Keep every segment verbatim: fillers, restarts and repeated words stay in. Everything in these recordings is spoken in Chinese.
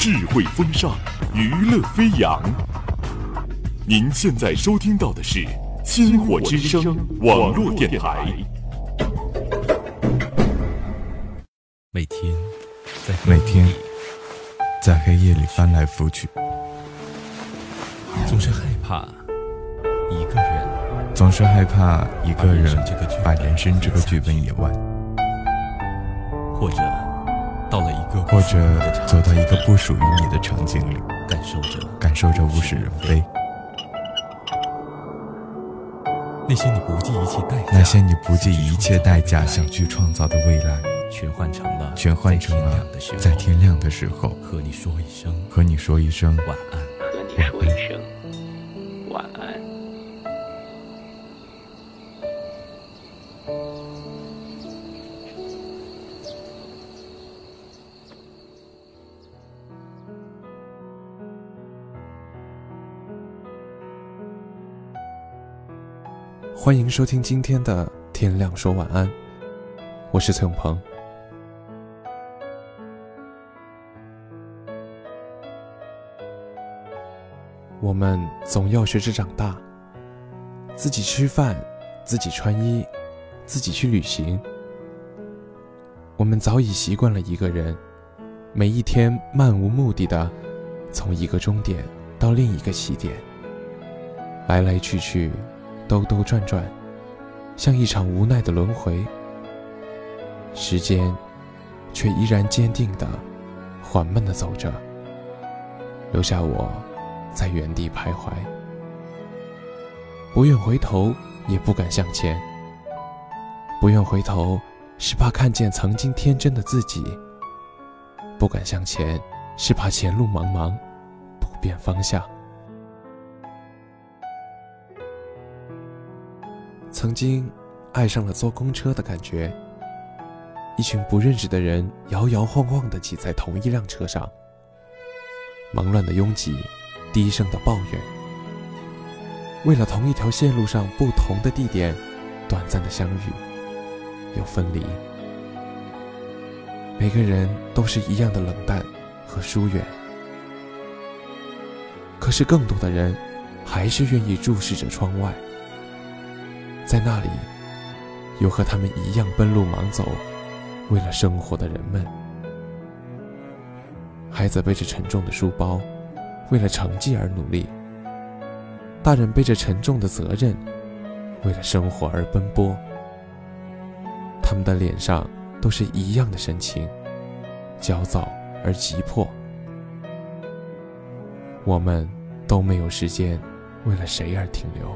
智慧风尚，娱乐飞扬。您现在收听到的是星火之声网络电台。 每天在每天在黑夜里翻来覆去， 总是害怕一个人， 总是害怕一个人把人生这个剧本演完， 或者到了一个或者走到一个不属于你的场景里， 感受着感受着物是人非。 那些你不计一切代价， 那些你不计一切代价想去创造的未来， 全换成了全换成了在天亮的时候和你说一声和你说一声晚安， 和你说一声晚安。 欢迎收听今天的天亮说晚安，我是崔永鹏。我们总要学着长大，自己吃饭，自己穿衣，自己去旅行。我们早已习惯了一个人，每一天漫无目的的从一个终点到另一个起点，来来去去，兜兜转转，像一场无奈的轮回。时间却依然坚定地缓慢地走着，留下我在原地徘徊，不愿回头，也不敢向前。不愿回头，是怕看见曾经天真的自己；不敢向前，是怕前路茫茫，不辨方向。曾经爱上了坐公车的感觉，一群不认识的人摇摇晃晃地挤在同一辆车上，忙乱的拥挤，低声的抱怨，为了同一条线路上不同的地点，短暂的相遇又分离。每个人都是一样的冷淡和疏远，可是更多的人还是愿意注视着窗外，在那里有和他们一样奔路忙走，为了生活的人们。孩子背着沉重的书包，为了成绩而努力；大人背着沉重的责任，为了生活而奔波。他们的脸上都是一样的神情，焦躁而急迫。我们都没有时间为了谁而停留。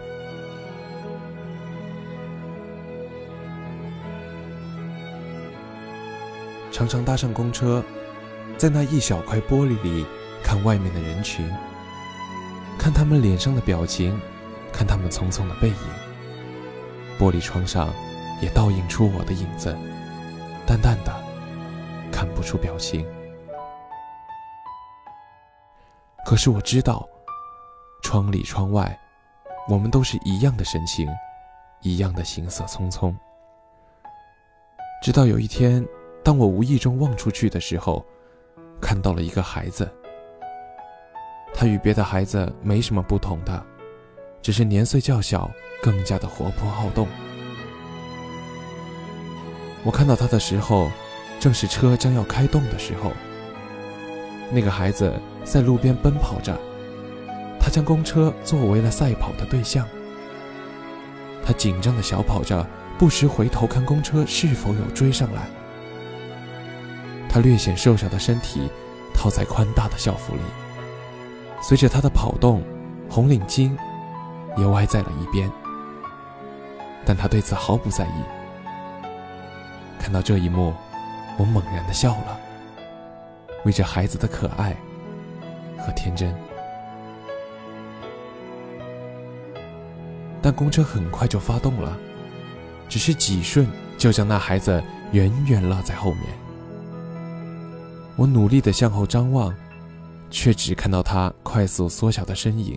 常常搭上公车，在那一小块玻璃里看外面的人群，看他们脸上的表情，看他们匆匆的背影。玻璃窗上也倒映出我的影子，淡淡的，看不出表情。可是我知道，窗里窗外，我们都是一样的神情，一样的行色匆匆。直到有一天，当我无意中望出去的时候，看到了一个孩子。他与别的孩子没什么不同的，只是年岁较小，更加的活泼好动。我看到他的时候，正是车将要开动的时候。那个孩子在路边奔跑着，他将公车作为了赛跑的对象。他紧张地小跑着，不时回头看公车是否有追上来。他略显瘦小的身体套在宽大的校服里，随着他的跑动，红领巾也歪在了一边，但他对此毫不在意。看到这一幕，我猛然地笑了，为这孩子的可爱和天真。但公车很快就发动了，只是几瞬就将那孩子远远落在后面。我努力地向后张望，却只看到他快速缩小的身影。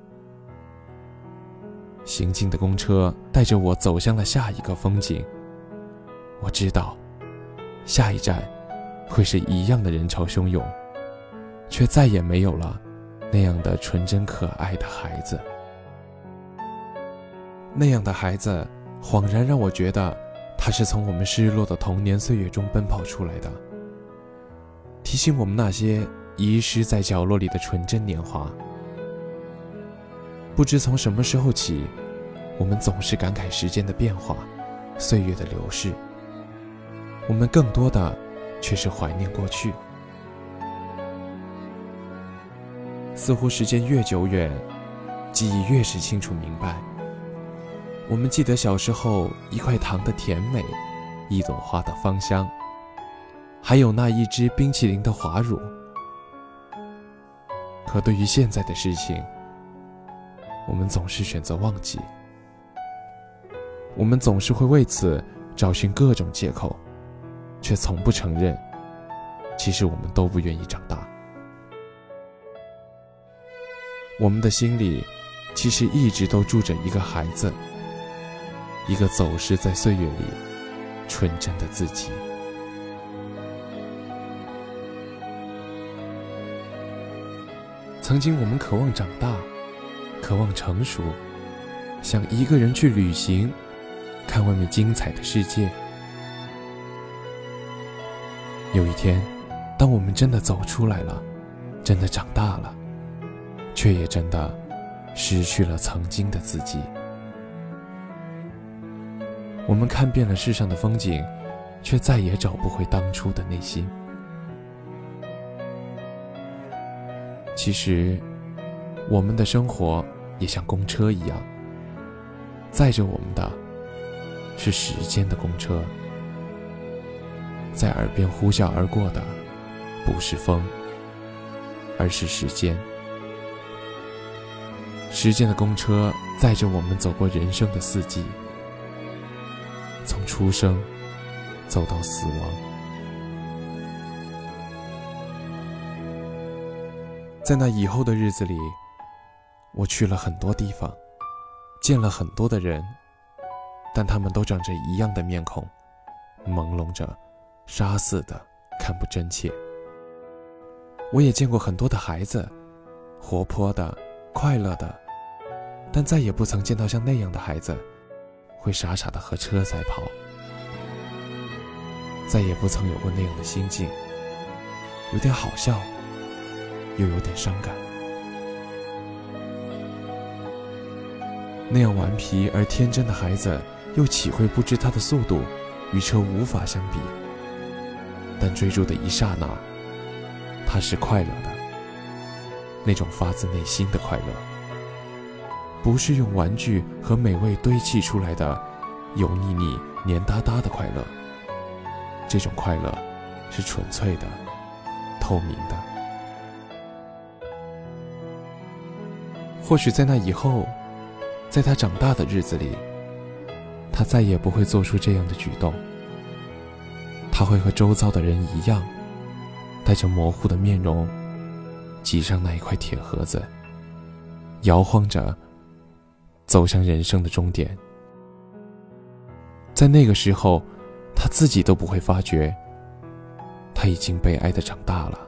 行进的公车带着我走向了下一个风景。我知道，下一站会是一样的人潮汹涌， 却再也没有了那样的纯真可爱的孩子。那样的孩子恍然让我觉得他是从我们失落的童年岁月中奔跑出来的，提醒我们那些遗失在角落里的纯真年华。不知从什么时候起，我们总是感慨时间的变化，岁月的流逝，我们更多的却是怀念过去。似乎时间越久远，记忆越是清楚明白。我们记得小时候一块糖的甜美，一朵花的芳香，还有那一支冰淇淋的滑乳。可对于现在的事情，我们总是选择忘记，我们总是会为此找寻各种借口，却从不承认，其实我们都不愿意长大。我们的心里其实一直都住着一个孩子，一个走失在岁月里纯真的自己。曾经我们渴望长大，渴望成熟，想一个人去旅行，看外面精彩的世界。有一天，当我们真的走出来了，真的长大了，却也真的失去了曾经的自己。我们看遍了世上的风景，却再也找不回当初的内心。其实，我们的生活也像公车一样，载着我们的是时间的公车。在耳边呼啸而过的不是风，而是时间。时间的公车载着我们走过人生的四季，从出生走到死亡。在那以后的日子里，我去了很多地方，见了很多的人，但他们都长着一样的面孔，朦胧着，沙似的，看不真切。我也见过很多的孩子，活泼的，快乐的，但再也不曾见到像那样的孩子，会傻傻的和车赛跑。再也不曾有过那样的心境，有点好笑，又有点伤感。那样顽皮而天真的孩子，又岂会不知他的速度与车无法相比？但追逐的一刹那，他是快乐的，那种发自内心的快乐，不是用玩具和美味堆砌出来的油腻腻黏哒哒的快乐。这种快乐是纯粹的，透明的。或许在那以后，在他长大的日子里，他再也不会做出这样的举动。他会和周遭的人一样，带着模糊的面容，挤上那一块铁盒子，摇晃着走向人生的终点。在那个时候，他自己都不会发觉，他已经悲哀地长大了。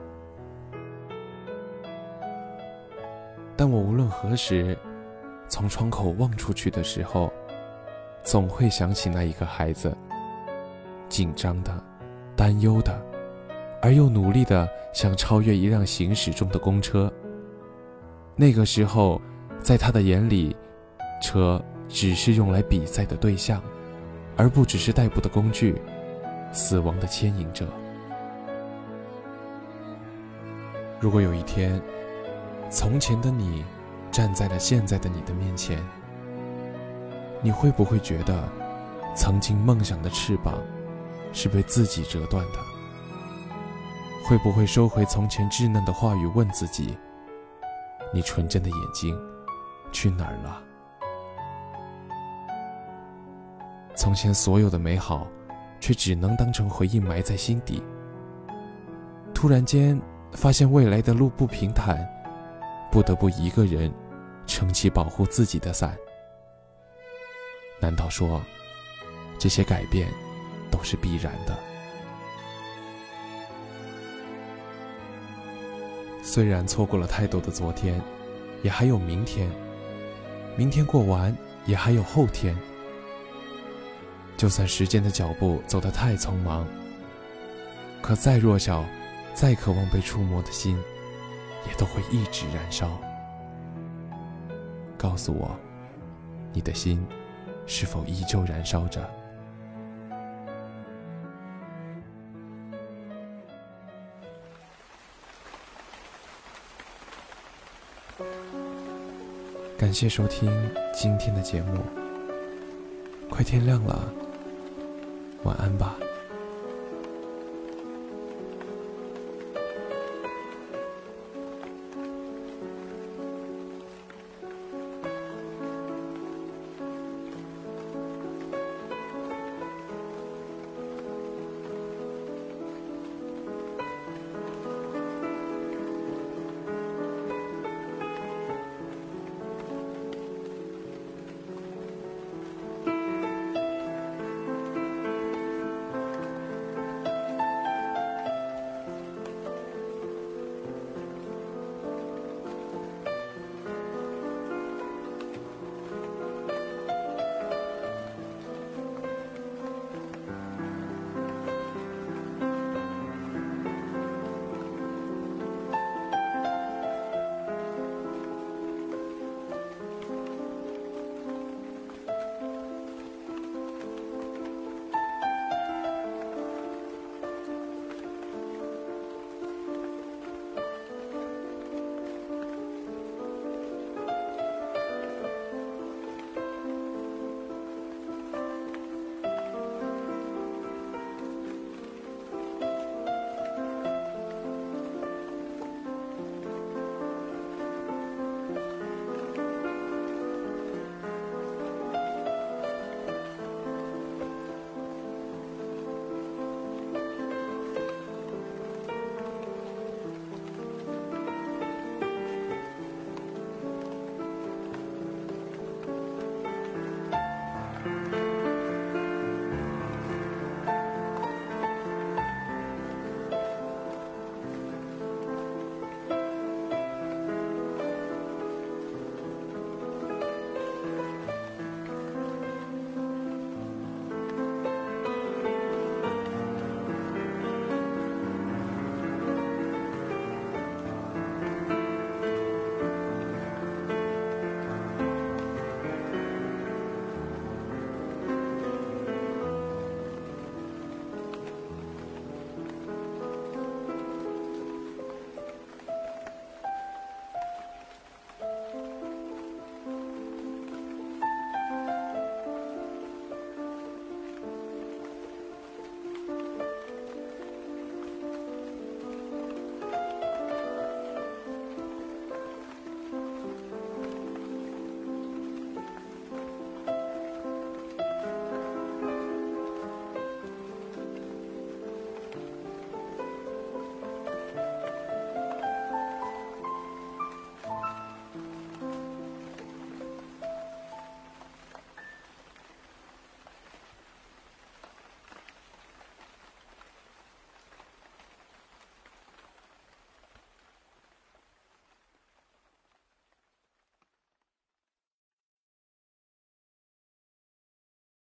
但我无论何时从窗口望出去的时候，总会想起那一个孩子，紧张的，担忧的，而又努力的想超越一辆行驶中的公车。那个时候，在他的眼里，车只是用来比赛的对象，而不只是代步的工具，死亡的牵引者。如果有一天，从前的你站在了现在的你的面前，你会不会觉得曾经梦想的翅膀是被自己折断的？会不会收回从前稚嫩的话语，问自己，你纯真的眼睛去哪儿了？从前所有的美好，却只能当成回忆埋在心底。突然间发现未来的路不平坦，不得不一个人撑起保护自己的伞。难道说，这些改变都是必然的？ 虽然错过了太多的昨天，也还有明天，明天过完也还有后天。就算时间的脚步走得太匆忙，可再弱小再渴望被触摸的心也都会一直燃烧。告诉我，你的心是否依旧燃烧着？感谢收听今天的节目，快天亮了，晚安吧。